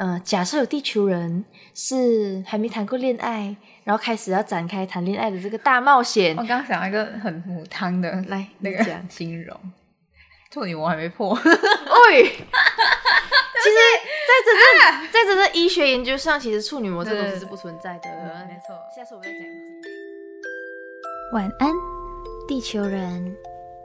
假设有地球人是还没谈过恋爱，然后开始要展开谈恋爱的这个大冒险。 我刚刚想到一个很母汤的来那个形容，处女膜还没破。 喂，其实在这个医学研究上，其实处女膜这东西是不存在的。 没错， 下次我们再讲一集。 晚安，地球人。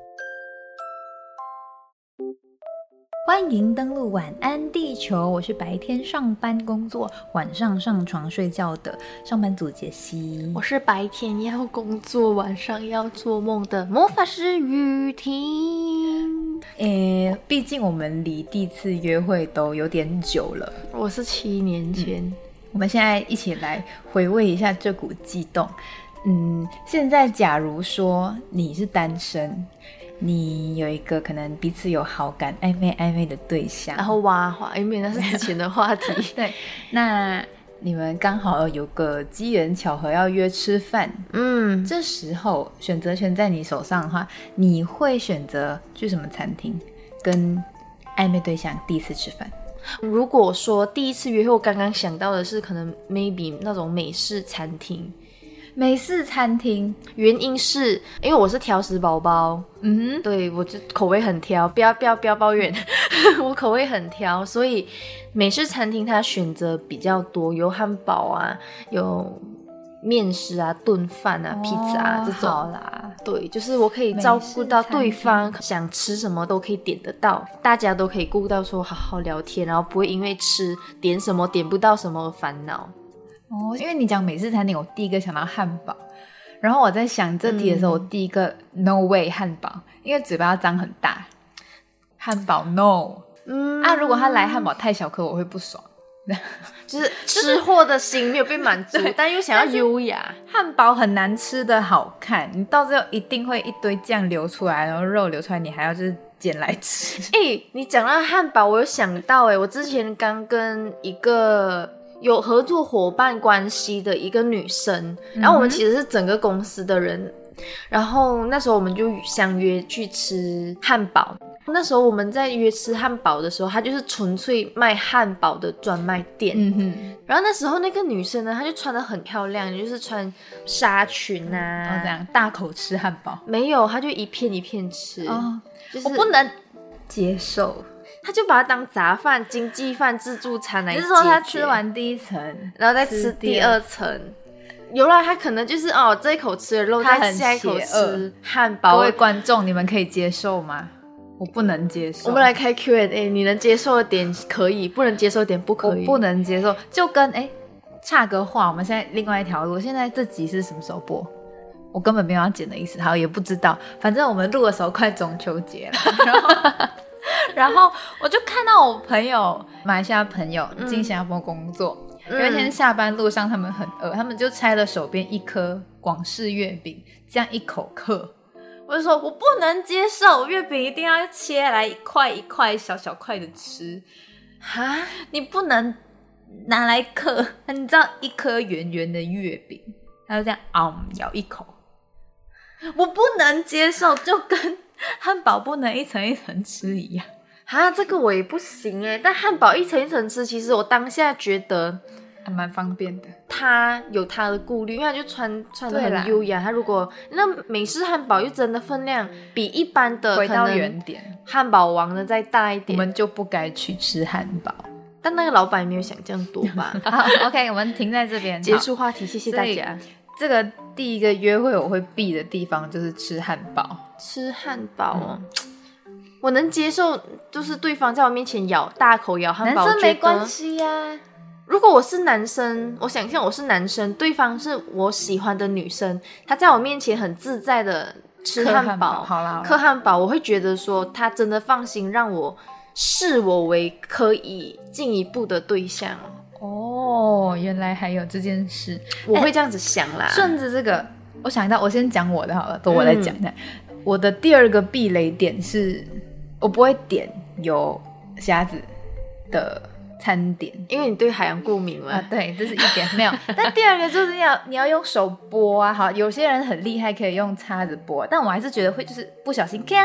欢迎登录晚安地球，我是白天上班工作，晚上上床睡觉的上班族杰西。 我是白天要工作，晚上要做梦的魔法师雨婷。 毕竟我们离第一次约会都有点久了， 我是7年前。 我们现在一起来回味一下这股悸动。现在假如说你是单身，你有一个可能彼此有好感暧昧的对象， 然后挖话，因为那是之前的话题。 对，那你们刚好有个机缘巧合要约吃饭，这时候选择权在你手上的话，你会选择去什么餐厅跟暧昧对象第一次吃饭？ 如果说第一次约会，我刚刚想到的是可能 maybe 那种美式餐厅。 美式餐厅， 原因是因为我是挑食宝宝，对，我就口味很挑，不要抱怨，我口味很挑，所以美式餐厅它选择比较多，有汉堡啊，有面食啊，炖饭啊，披萨啊这种。 好啦， 对，就是我可以照顾到对方想吃什么都可以点得到，大家都可以顾到说好好聊天，然后不会因为吃点什么点不到什么烦恼。 因为你讲美式餐厅，我第一个想到汉堡，然后我在想这题的时候，我第一个 no way 汉堡，因为嘴巴要张很大，汉堡 no，如果他来汉堡太小颗，我会不爽， 就是吃货的心没有被满足，但又想要优雅。 汉堡很难吃的好看，你到最后一定会一堆酱流出来，然后肉流出来，你还要就是捡来吃。 你讲到汉堡，我有想到我之前刚跟一个有合作伙伴关系的一个女生，然后我们其实是整个公司的人，然后那时候我们就相约去吃汉堡。那时候我们在约吃汉堡的时候，她就是纯粹卖汉堡的专卖店。然后那时候那个女生呢，她就穿得很漂亮，就是穿纱裙啊， 这样大口吃汉堡？ 没有，她就一片一片吃。就是我不能接受。 他就把它当杂饭、经济饭、自助餐来解决。 你是说他吃完第一层， 然后再吃第二层？有啦，他可能就是这一口吃了肉，再下一口吃汉堡。 各位观众，你们可以接受吗？我不能接受。 我们来开 Q&A， 你能接受的点可以，不能接受的点不可以。 我不能接受，就跟岔个话，我们现在另外一条路。现在这集是什么时候播？我根本没有要剪的意思，好，也不知道。反正我们录的时候快中秋节了，然后我就看到我朋友马来西亚朋友进新加坡工作，有一天下班路上他们很饿，他们就拆了手边一颗广式月饼，这样一口嗑。我就说我不能接受，月饼一定要切来一块一块小小块的吃哈，你不能拿来嗑。你知道一颗圆圆的月饼，他就这样咬一口，我不能接受，就跟汉堡不能一层一层吃一样。 这个我也不行但汉堡一层一层吃，其实我当下觉得还蛮方便的。 他有他的顾虑，因为他就穿得很优雅。他如果那美式汉堡又真的分量比一般的回到原点汉堡王的再大一点， 我们就不该去吃汉堡。 但那个老板没有想这样多吧 OK， 我们停在这边， 结束话题，谢谢大家。 这个第一个约会我会避的地方就是吃汉堡。 吃汉堡我能接受，就是对方在我面前大口咬汉堡， 男生没关系如果我是男生，我想象我是男生，对方是我喜欢的女生，他在我面前很自在的吃汉堡，嗑汉堡，我会觉得说他真的放心让我视我为可以进一步的对象。 原来还有这件事， 我会这样子想啦。 顺着这个，我想到我先讲我的好了，等我来讲一下。我的第二个避雷点是，我不会点有虾子的餐点， 因为你对海洋过敏嘛。 对，这是一点没有。但第二个就是你要用手剥好，有些人很厉害可以用叉子剥，但我还是觉得会就是不小心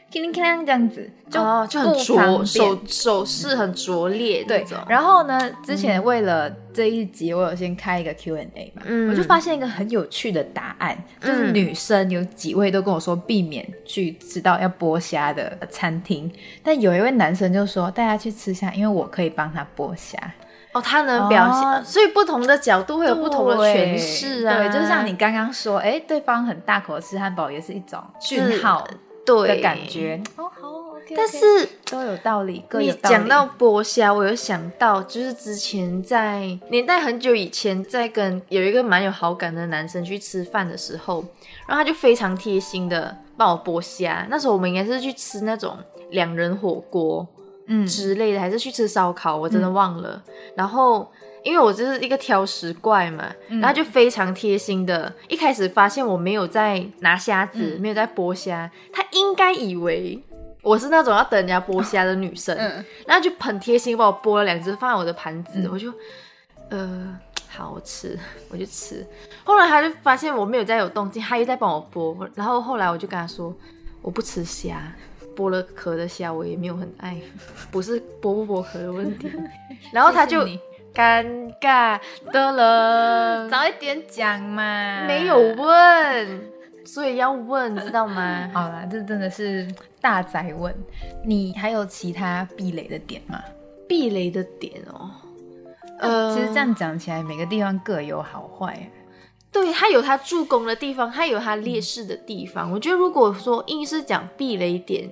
叮铃叮铃这样子，就很拙手势很拙劣那种。 然后呢，之前为了这一集，我有先开一个 Q&A 嘛，我就发现一个很有趣的答案，就是女生有几位都跟我说避免去吃到要剥虾的餐厅，但有一位男生就说大家去吃虾，因为我可以帮他剥虾。 他能表现，所以不同的角度会有不同的诠释啊。 对，就像你刚刚说，对方很大口吃汉堡也是一种讯号的感觉。好 ，OK， 但是都有道理，各有道理。 你讲到剥虾，我有想到，就是之前在年代很久以前，在跟有一个蛮有好感的男生去吃饭的时候，然后他就非常贴心的帮我剥虾。那时候我们应该是去吃那种2人火锅。之类的，还是去吃烧烤，我真的忘了。然后因为我就是一个挑食怪嘛，然后就非常贴心的，一开始发现我没有在拿虾子，没有在剥虾，他应该以为我是那种要等人家剥虾的女生，然后就很贴心帮我剥了2只放在我的盘子，我就好，我就吃。后来他就发现我没有再有动静，他又在帮我剥，然后后来我就跟他说我不吃虾。剥了壳的虾我也没有很爱，不是剥不剥壳的问题。然后他就尴尬的了， 早一点讲嘛， 没有问，所以要问，知道吗？ 好啦，这真的是大哉问。你还有其他避雷的点吗？ 避雷的点其实这样讲起来，每个地方各有好坏。 对，它有它助攻的地方，它有它劣势的地方。我觉得如果说硬是讲避雷点，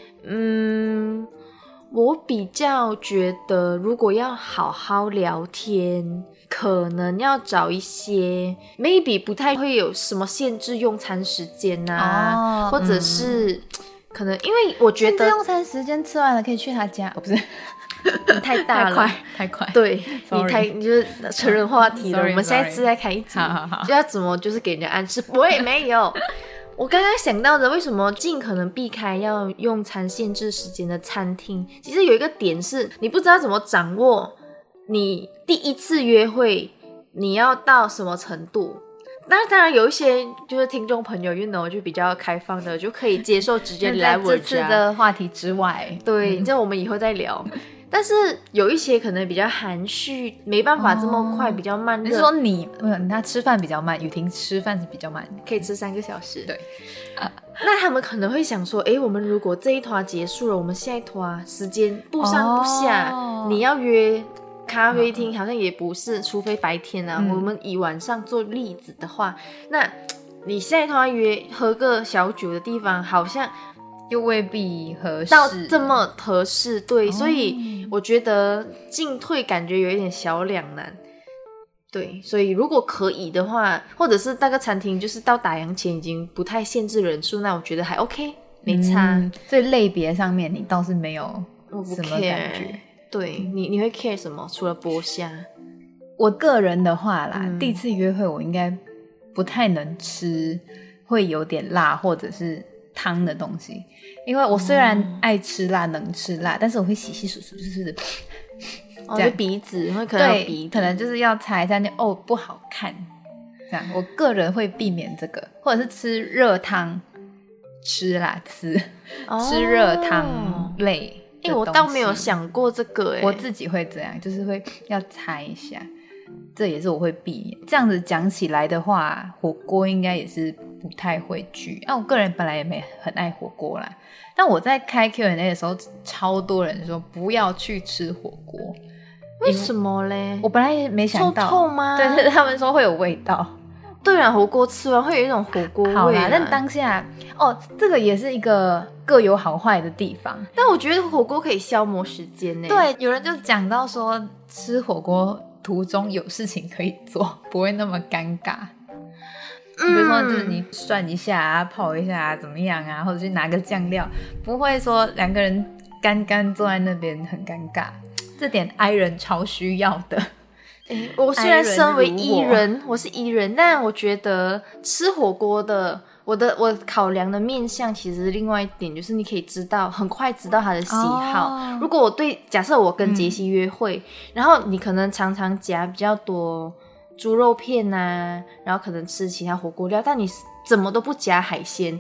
我比较觉得如果要好好聊天，可能要找一些 maybe 不太会有什么限制用餐时间啊，或者是可能因为我觉得用餐时间吃完了可以去他家，不是你太大了， 太快， 对你就是成人话题了。我们下一次再开一集， 好就要怎么就是给人家暗示，我也没有。我刚刚想到的，为什么尽可能避开要用餐限制时间的餐厅，其实有一个点是你不知道怎么掌握你第一次约会你要到什么程度。当然有一些就是听众朋友 you know 就比较开放的，就可以接受直接来我家。 这次的话题之外， 对，这我们以后再聊。但是有一些可能比较含蓄，没办法这么快，比较慢热。 你说他吃饭比较慢，雨婷吃饭是比较慢， 可以吃3个小时。 对， 那他们可能会想说，我们如果这一团结束了，我们下一团时间不上不下，你要约咖啡厅好像也不是，除非白天啊。我们以晚上做例子的话，那你下一团约喝个小酒的地方，好像又未必合适到这么合适。对，所以我觉得进退感觉有一点小两难。对，所以如果可以的话，或者是那个餐厅就是到打烊前已经不太限制人数，那我觉得还 OK， 没差。 所以类别上面你倒是没有什么感觉。 对，你会 care 什么？除了剥虾？ 我个人的话啦，第一次约会我应该不太能吃会有点辣或者是汤的东西，因为我虽然爱吃辣能吃辣，但是我会洗洗漱漱，就是就鼻子会可能有鼻可能就是要擦一下就不好看这样。我个人会避免这个，或者是吃热汤，吃热汤类。 我倒没有想过这个我自己会这样，就是会要猜一下，这也是我会避免。这样子讲起来的话，火锅应该也是不太会去。我个人本来也没很爱火锅啦，但我在开 Q&A 的时候，超多人说不要去吃火锅。 为什么嘞？ 我本来也没想到， 臭吗？ 对，他们说会有味道。 对啊，火锅吃完会有一种火锅味。 好啦，但当下这个也是一个各有好坏的地方。 但我觉得火锅可以消磨时间呢。 对，有人就讲到说，吃火锅途中有事情可以做，不会那么尴尬。比如说，就是你涮一下啊，泡一下啊，怎么样啊，或者是拿个酱料，不会说2个人干坐在那边很尴尬。这点 I 人超需要的。 我虽然身为E人，我是E人，但我觉得吃火锅的我考量的面向其实另外一点就是你可以很快知道他的喜好。如果假设我跟杰西约会，然后你可能常常夹比较多猪肉片啊，然后可能吃其他火锅料，但你怎么都不夹海鲜，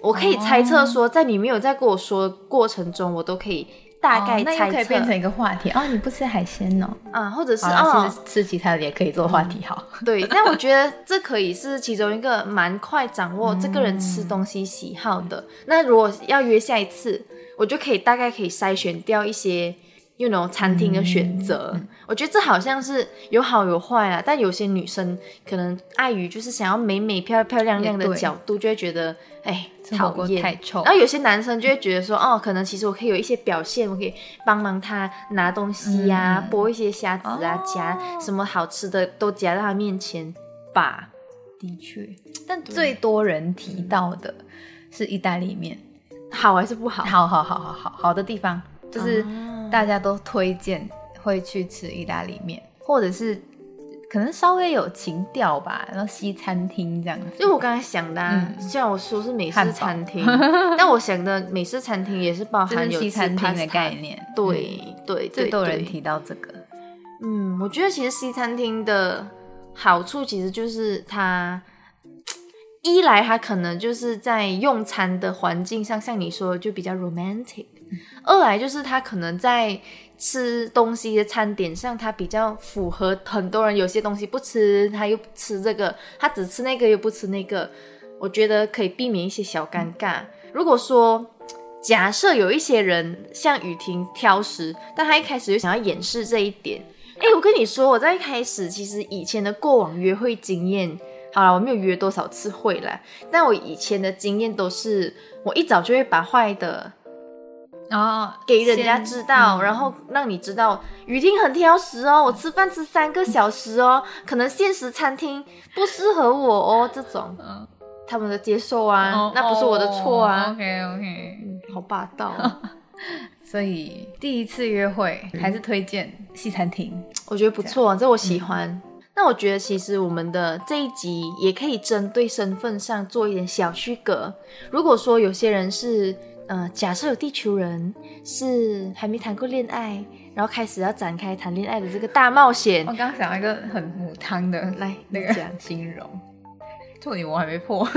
我可以猜测说，在你没有在跟我说过程中，我都可以大概猜测， 那也可以变成一个话题你不吃海鲜哦， 或者是吃其他的也可以做话题好。 对，但我觉得这可以是其中一个蛮快掌握这个人吃东西喜好的。那如果要约下一次，我就可以大概可以筛选掉一些餐厅的选择。我觉得这好像是有好有坏啦，但有些女生可能碍于就是想要美美漂漂亮亮的角度，就会觉得讨厌太臭。 然后有些男生就会觉得说可能其实我可以有一些表现，我可以帮忙他拿东西啊，剥一些虾子啊，夹什么好吃的都夹到他面前吧。 的确，但最多人提到的是意大利面， 好还是不好？ 好的地方就是大家都推荐会去吃意大利面，或者是可能稍微有情调吧，然后西餐厅这样子。 因为我刚才想的虽然我说是美式餐厅但我想的美式餐厅也是包含有西餐厅的概念。 对， 最多人提到这个。 我觉得其实西餐厅的好处其实就是它一来它可能就是在用餐的环境上，像你说的就比较 romantic，二来就是它可能在吃东西的餐点上，它比较符合很多人，有些东西不吃，他又不吃这个，他只吃那个又不吃那个，我觉得可以避免一些小尴尬。如果说假设有一些人像雨婷挑食，但他一开始就想要掩饰这一点，我跟你说，我在一开始其实以前的过往约会经验，好啦，我没有约多少次会啦，但我以前的经验都是我一早就会把坏的给人家知道，然后让你知道雨婷很挑食哦，我吃饭吃3个小时哦，可能现实餐厅不适合我哦，这种他们的接受啊，那不是我的错啊。 OK， 好霸道啊。 所以第一次约会还是推荐西餐厅， 我觉得不错，这我喜欢。那我觉得其实我们的这一集也可以针对身份上做一点小区隔。如果说有些人是假设有地球人是还没谈过恋爱，然后开始要展开谈恋爱的这个大冒险。 我刚刚想到一个很母汤的来那个形容，处女膜还没破。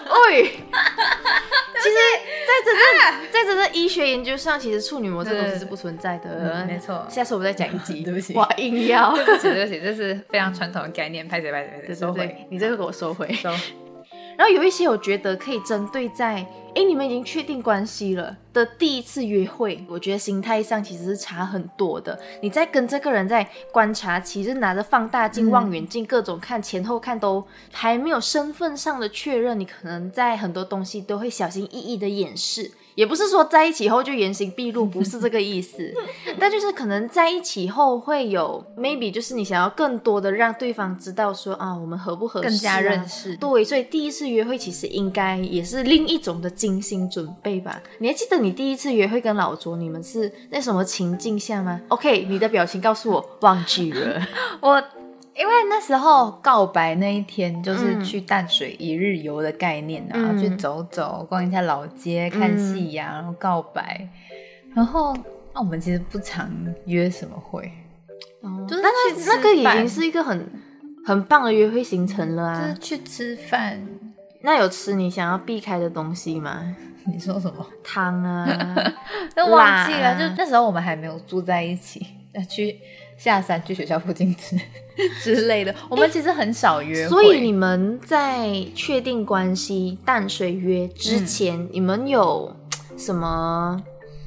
其实在真正医学研究上，其实处女膜这东西是不存在的。 没错， 下次我们再讲一集。 对不起， 哇，硬要。 对不起，这是非常传统的概念，拍谁，收回。 你这个给我收回。然后有一些我觉得可以针对在你们已经确定关系了的第一次约会，我觉得心态上其实是差很多的。你在跟这个人在观察期，就是拿着放大镜、望远镜各种看，前后看都还没有身份上的确认，你可能在很多东西都会小心翼翼的掩饰。也不是说在一起后就原形毕露，不是这个意思但就是可能在一起后会有 maybe 就是你想要更多的让对方知道说我们合不合适更加认识。 对，所以第一次约会其实应该也是另一种的精心准备吧。你还记得你第一次约会跟老卓你们是在什么情境下吗？ OK， 你的表情告诉我忘记了因为那时候告白那一天就是去淡水一日游的概念去走走逛一下老街看夕阳然后告白，然后我们其实不常约什么会就是去吃饭， 那个已经是一个很棒的约会行程了啊， 就是去吃饭。 那有吃你想要避开的东西吗？ 你说什么？ 汤啊都忘记了就那时候我们还没有住在一起，去下山去学校附近吃之类的，我们其实很少约会。 所以你们在确定关系淡水约之前你们有什么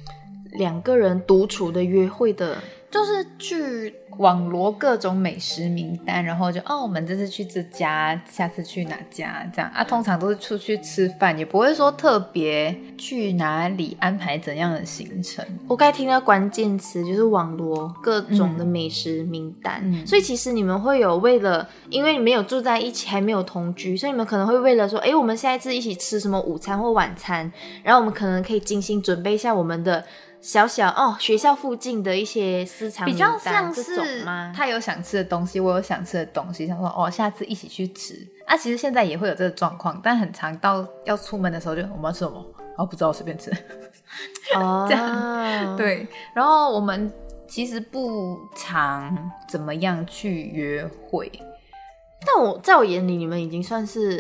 2个人独处的约会的？ 就是去网罗各种美食名单，然后就我们这次去这家，下次去哪家这样通常都是出去吃饭，也不会说特别去哪里安排怎样的行程。 我刚才听到关键词就是网罗各种的美食名单所以其实你们会有为了因为你没有住在一起还没有同居，所以你们可能会为了说我们下一次一起吃什么午餐或晚餐，然后我们可能可以精心准备一下我们的小学校附近的一些私藏名单， 比较像是他有想吃的东西，我有想吃的东西，想说下次一起去吃其实现在也会有这个状况，但很常到要出门的时候就我们要吃什么不知道随便吃这样对。然后我们其实不常怎么样去约会， 但在我眼里你们已经算是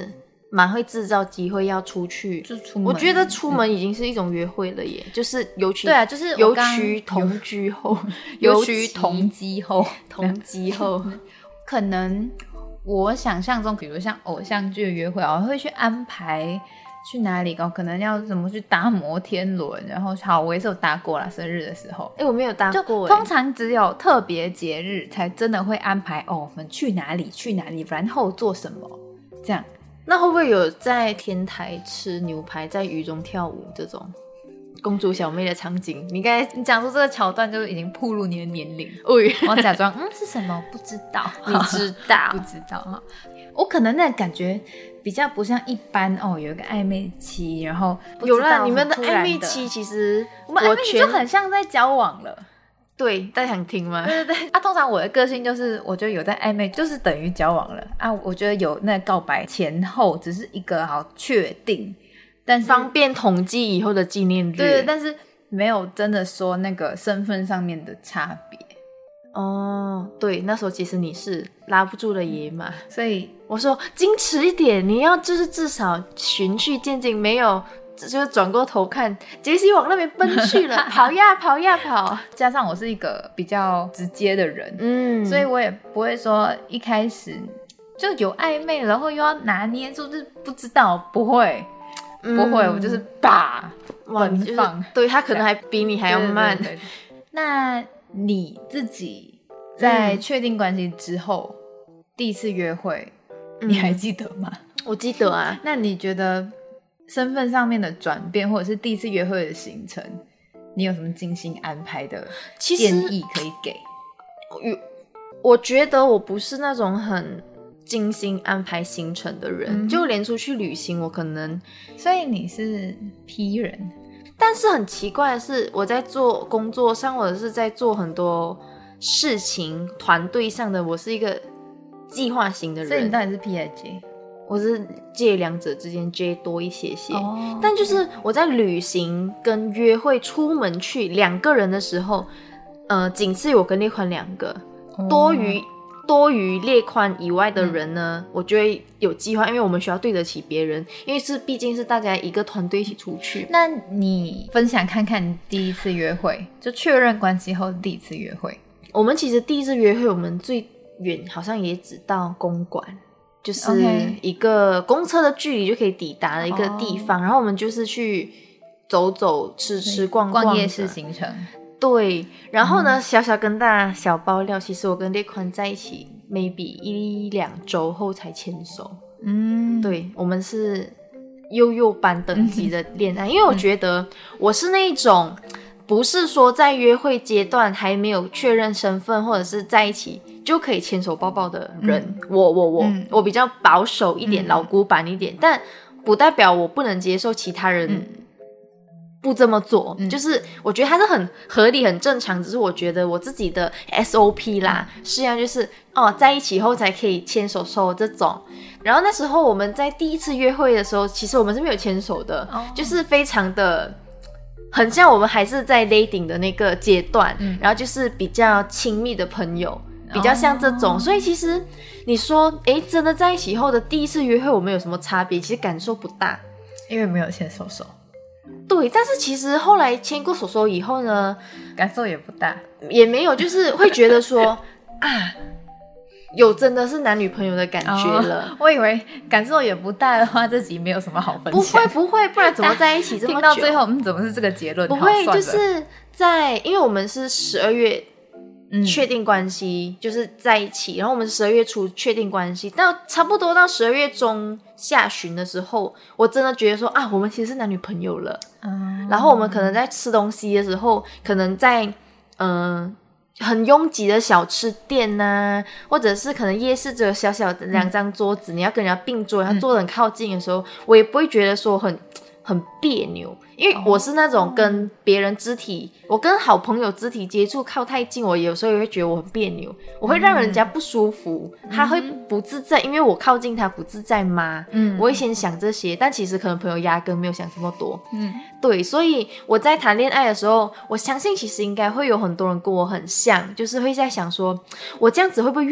蛮会制造机会要出去， 就出门我觉得出门已经是一种约会了耶，就是尤其对啊，就是尤其同居后， 尤其同居后， 同居后， 可能我想象中，比如像偶像剧的约会啊，我会去安排去哪里搞，可能要怎么去搭摩天轮，然后好，我也是有搭过啦，生日的时候。 我没有搭过通常只有特别节日才真的会安排我们去哪里去哪里，然后做什么这样。 那会不会有在天台吃牛排，在雨中跳舞这种公主小妹的场景？你讲出这个桥段就已经暴露你的年龄。我假装是什么不知道， 你知道不知道哈？我可能那感觉比较不像一般有一个暧昧期，然后有啦，你们的暧昧期其实我们暧昧期就很像在交往了。 对，大家想听吗？ 对对对。通常我的个性就是，我觉得有在暧昧就是等于交往了啊。我觉得有那个告白前后只是一个好确定，但是方便统计以后的纪念日。 对，但是没有真的说那个身份上面的差别。 对，那时候其实你是拉不住的野马， 所以我说矜持一点，你要就是至少循序渐进，没有就是转过头看杰西往那边奔去了，跑呀跑呀跑。 加上我是一个比较直接的人，所以我也不会说一开始就有暧昧，然后又要拿捏住，就是不知道，不会，我就是奔放。 对，他可能还比你还要慢。 对对对对。那你自己在确定关系之后，第一次约会，你还记得吗？ 我记得啊。 那你觉得身份上面的转变，或者是第一次约会的行程，你有什么精心安排的建议可以给？ 我觉得我不是那种很精心安排行程的人，就连出去旅行我可能， 所以你是 P 人。 但是很奇怪的是，我在做工作上或者是在做很多事情团队上的，我是一个计划型的人。 所以你到底是 P 还是 J？ 我是介两者之间 J 多一些些，但就是我在旅行跟约会出门去两个人的时候，仅次于我跟列宽两个，多于列宽以外的人呢，我就会有计划，因为我们需要对得起别人，因为毕竟是大家一个团队一起出去。 那你分享看看你第一次约会，就确认关系后的第一次约会。 我们其实第一次约会，我们最远好像也只到公馆，就是一个公车的距离就可以抵达的一个地方，然后我们就是去走走吃逛逛夜市行程。 对，然后呢，小跟大家小爆料，其实我跟列宽在一起 maybe 1-2周后才牵手。对，我们是幼班等级的恋爱，因为我觉得我是那一种不是说在约会阶段还没有确认身份或者是在一起就可以牵手抱抱的人。我比较保守一点，老古板一点，但不代表我不能接受其他人不这么做，就是我觉得它是很合理很正常，只是我觉得我自己的 SOP 啦，是要就是在一起后才可以牵手手这种。然后那时候我们在第一次约会的时候，其实我们是没有牵手的，就是非常的很像我们还是在 dating 的那个阶段，然后就是比较亲密的朋友，比较像这种。所以其实你说真的在一起后的第一次约会我们有什么差别，其实感受不大， 因为没有牵手手。 对，但是其实后来牵过手手以后呢， 感受也不大， 也没有，就是会觉得说有真的是男女朋友的感觉了。 我以为感受也不大的话，这集没有什么好分享。 不会，不然怎么在一起这么久？ 听到最后，怎么是这个结论？ 不会，就是因为我们是12月确定关系，就是在一起，然后我们是12月初确定关系，到差不多到12月中下旬的时候，我真的觉得说我们其实是男女朋友了。然后我们可能在吃东西的时候，可能在很拥挤的小吃店啊，或者是可能夜市只有小小的2张桌子，你要跟人家并桌，然后坐得很靠近的时候，我也不会觉得说很别扭，因为我是那种跟别人我跟好朋友肢体接触靠太近，我有时候也会觉得我很别扭，我会让人家不舒服，他会不自在，因为我靠近他不自在吗？我会先想这些，但其实可能朋友压根没有想这么多。对，所以我在谈恋爱的时候，我相信其实应该会有很多人跟我很像，就是会在想说，我这样子会不会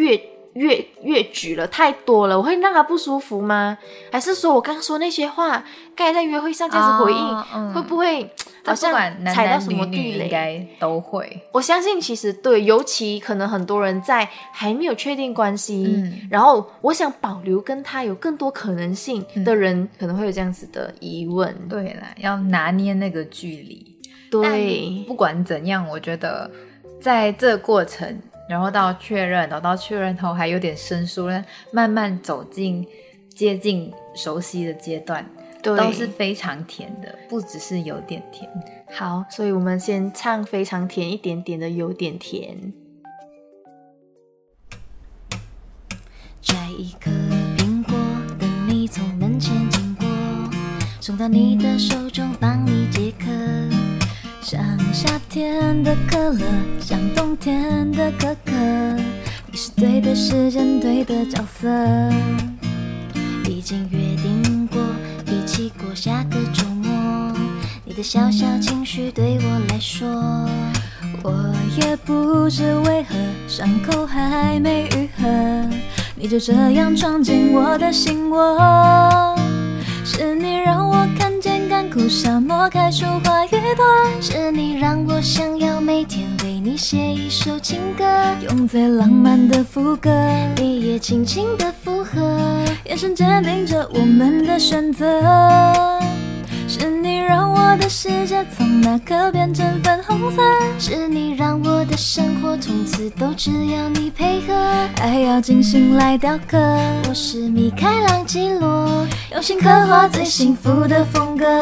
越矩了，太多了，我会让他不舒服吗？还是说我刚刚说那些话，该在约会上这样子回应，会不会好像踩到什么地雷？ 应该都会。 我相信其实对，尤其可能很多人在还没有确定关系，然后我想保留跟他有更多可能性的人，可能会有这样子的疑问。 对啦，要拿捏那个距离。 对， 不管怎样，我觉得在这个过程，然后到确认，找到确认后还有点生疏，慢慢走进接近熟悉的阶段，都是非常甜的，不只是有点甜。 好，所以我们先唱非常甜一点点的有点甜。 摘一颗苹果，等你从门前经过，送到你的手中，帮你解渴。像夏天的可乐，像冬天的可可，你是对的时间，对的角色。已经约定过，一起过下个周末，你的小小情绪对我来说，我也不知为何伤口还没愈合，你就这样闯进我的心窝。是你让我看见干枯沙漠开出花一朵，是你让我想要每天为你写一首情歌，用最浪漫的副歌，你也轻轻的附和，眼神坚定着我们的选择。是你让我的世界从那刻变成粉红色，是你让我的生活从此都只要你配合，爱要精心来雕刻。我是米开朗基罗，用心刻画最幸福的风格。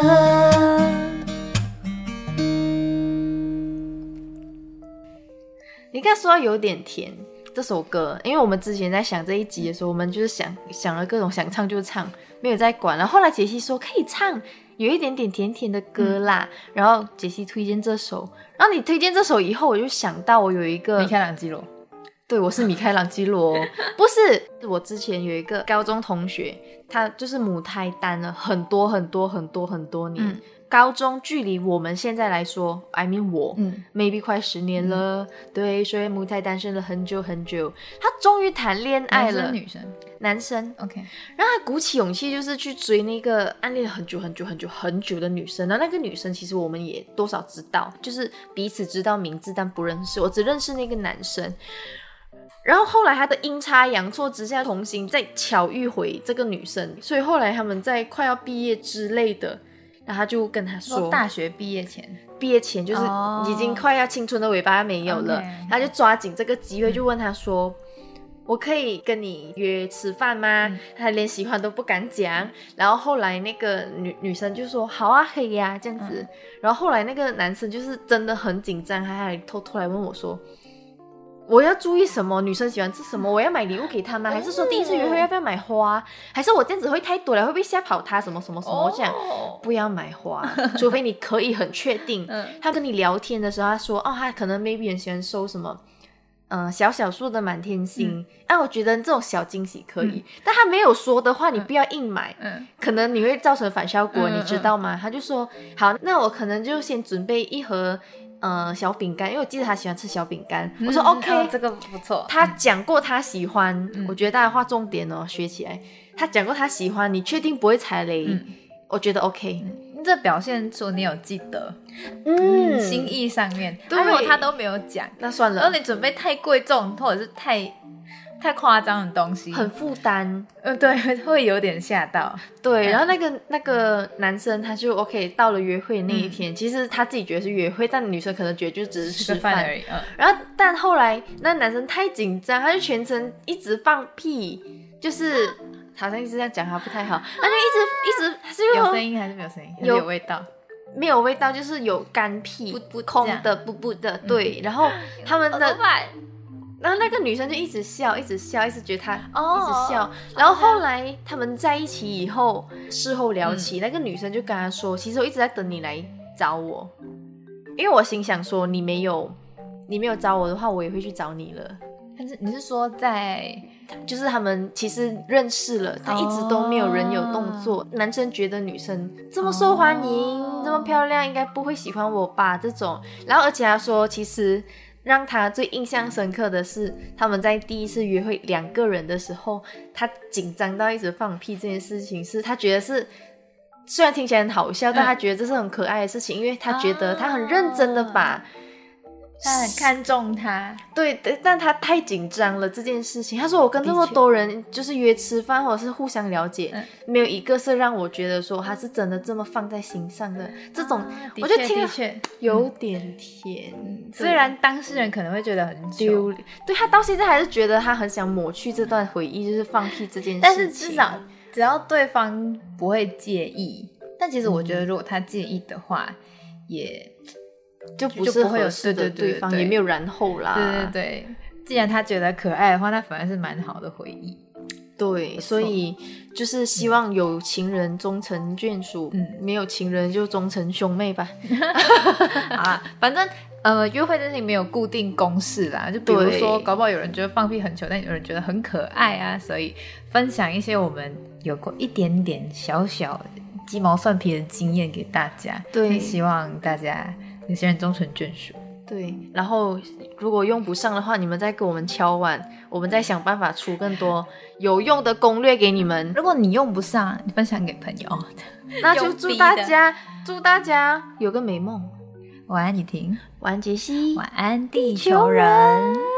你刚才说到有点甜这首歌，因为我们之前在想这一集的时候，我们就是想了各种想唱就唱，没有在管。然后后来杰西说可以唱有一点点甜甜的歌啦，然后杰西推荐这首，然后你推荐这首以后，我就想到我有一个米开朗基罗， 对，我是米开朗基罗不是，我之前有一个高中同学，他就是母胎单了很多年，高中距离我们现在来说 I mean 我maybe 快10年了，对，所以母胎单身了很久很久，他终于谈恋爱了。 男生女生？ 男生。 OK， 然后他鼓起勇气就是去追那个暗恋很久的女生，然后那个女生其实我们也多少知道，就是彼此知道名字但不认识，我只认识那个男生。然后后来他的阴差阳错之下重新再巧遇回这个女生，所以后来他们在快要毕业之类的，然后他就跟他说大学毕业前就是已经快要青春的尾巴没有了，他就抓紧这个机会就问他说我可以跟你约吃饭吗？他连喜欢都不敢讲，然后后来那个女生就说好啊可以啊这样子，然后后来那个男生就是真的很紧张，他还偷偷来问我说我要注意什么？女生喜欢吃什么？我要买礼物给她吗？还是说第一次约会要不要买花？还是我这样子会太多了，会不会吓跑她？什么？我讲不要买花，除非你可以很确定。他跟你聊天的时候，他说他可能 maybe 很喜欢收什么小小树的满天星，我觉得这种小惊喜可以，但他没有说的话，你不要硬买，可能你会造成反效果，你知道吗？他就说好，那我可能就先准备一盒小饼干，因为我记得他喜欢吃小饼干，我说 OK， 这个不错。 他讲过他喜欢，我觉得大家画重点学起来。他讲过他喜欢，你确定不会踩雷？我觉得 OK。 这表现出你有记得，心意上面。如果他都没有讲， 那算了。 然后你准备太贵重或者是太夸张的东西， 很负担， 对，会有点嚇到。 对，然后那个男生他就 OK， 到了约会那一天，其实他自己觉得是约会，但女生可能觉得就只是吃饭而已。 然后但后来那男生太紧张，他就全程一直放屁，就是好像一直这样讲他不太好，他就一直有声音还是没有声音？有味道？ 没有味道，就是有干屁，空的不不的，对。然后他们的，然后那个女生就一直笑，一直觉得他一直笑。然后后来他们在一起以后，事后聊起，那个女生就跟他说，其实我一直在等你来找我，因为我心想说你没有找我的话，我也会去找你了。 但是你是说就是他们其实认识了，但一直都没有人有动作。男生觉得女生这么受欢迎，这么漂亮，应该不会喜欢我吧？这种，然后而且他说，其实让他最印象深刻的是，他们在第一次约会2个人的时候，他紧张到一直放屁这件事情，是他觉得是虽然听起来很好笑，但他觉得这是很可爱的事情，因为他觉得他很认真的把他很看重他， 对，但他太紧张了这件事情。他说我跟这么多人就是约吃饭或者是互相了解，没有一个是让我觉得说他是真的这么放在心上的。这种我就听了有点甜， 虽然当事人可能会觉得很丢脸，对，他到现在还是觉得他很想抹去这段回忆，就是放屁这件事情。 但是至少只要对方不会介意，但其实我觉得如果他介意的话，也就不是合适的对方，也没有然后啦。 对对对，既然他觉得可爱的话，那反而是蛮好的回忆。 对，所以就是希望有情人终成眷属，没有情人就终成兄妹吧。 啊，反正约会这事情没有固定公式啦，就比如说搞不好有人觉得放屁很糗，但有人觉得很可爱啊，所以分享一些我们有过一点点小小鸡毛蒜皮的经验给大家。 对， 希望大家有些人终成眷属。 对，然后如果用不上的话，你们再跟我们敲碗，我们再想办法出更多有用的攻略给你们。 如果你用不上，你分享给朋友， 那就祝大家有个美梦。 晚安，雨婷。 晚安，杰西。 晚安，地球人。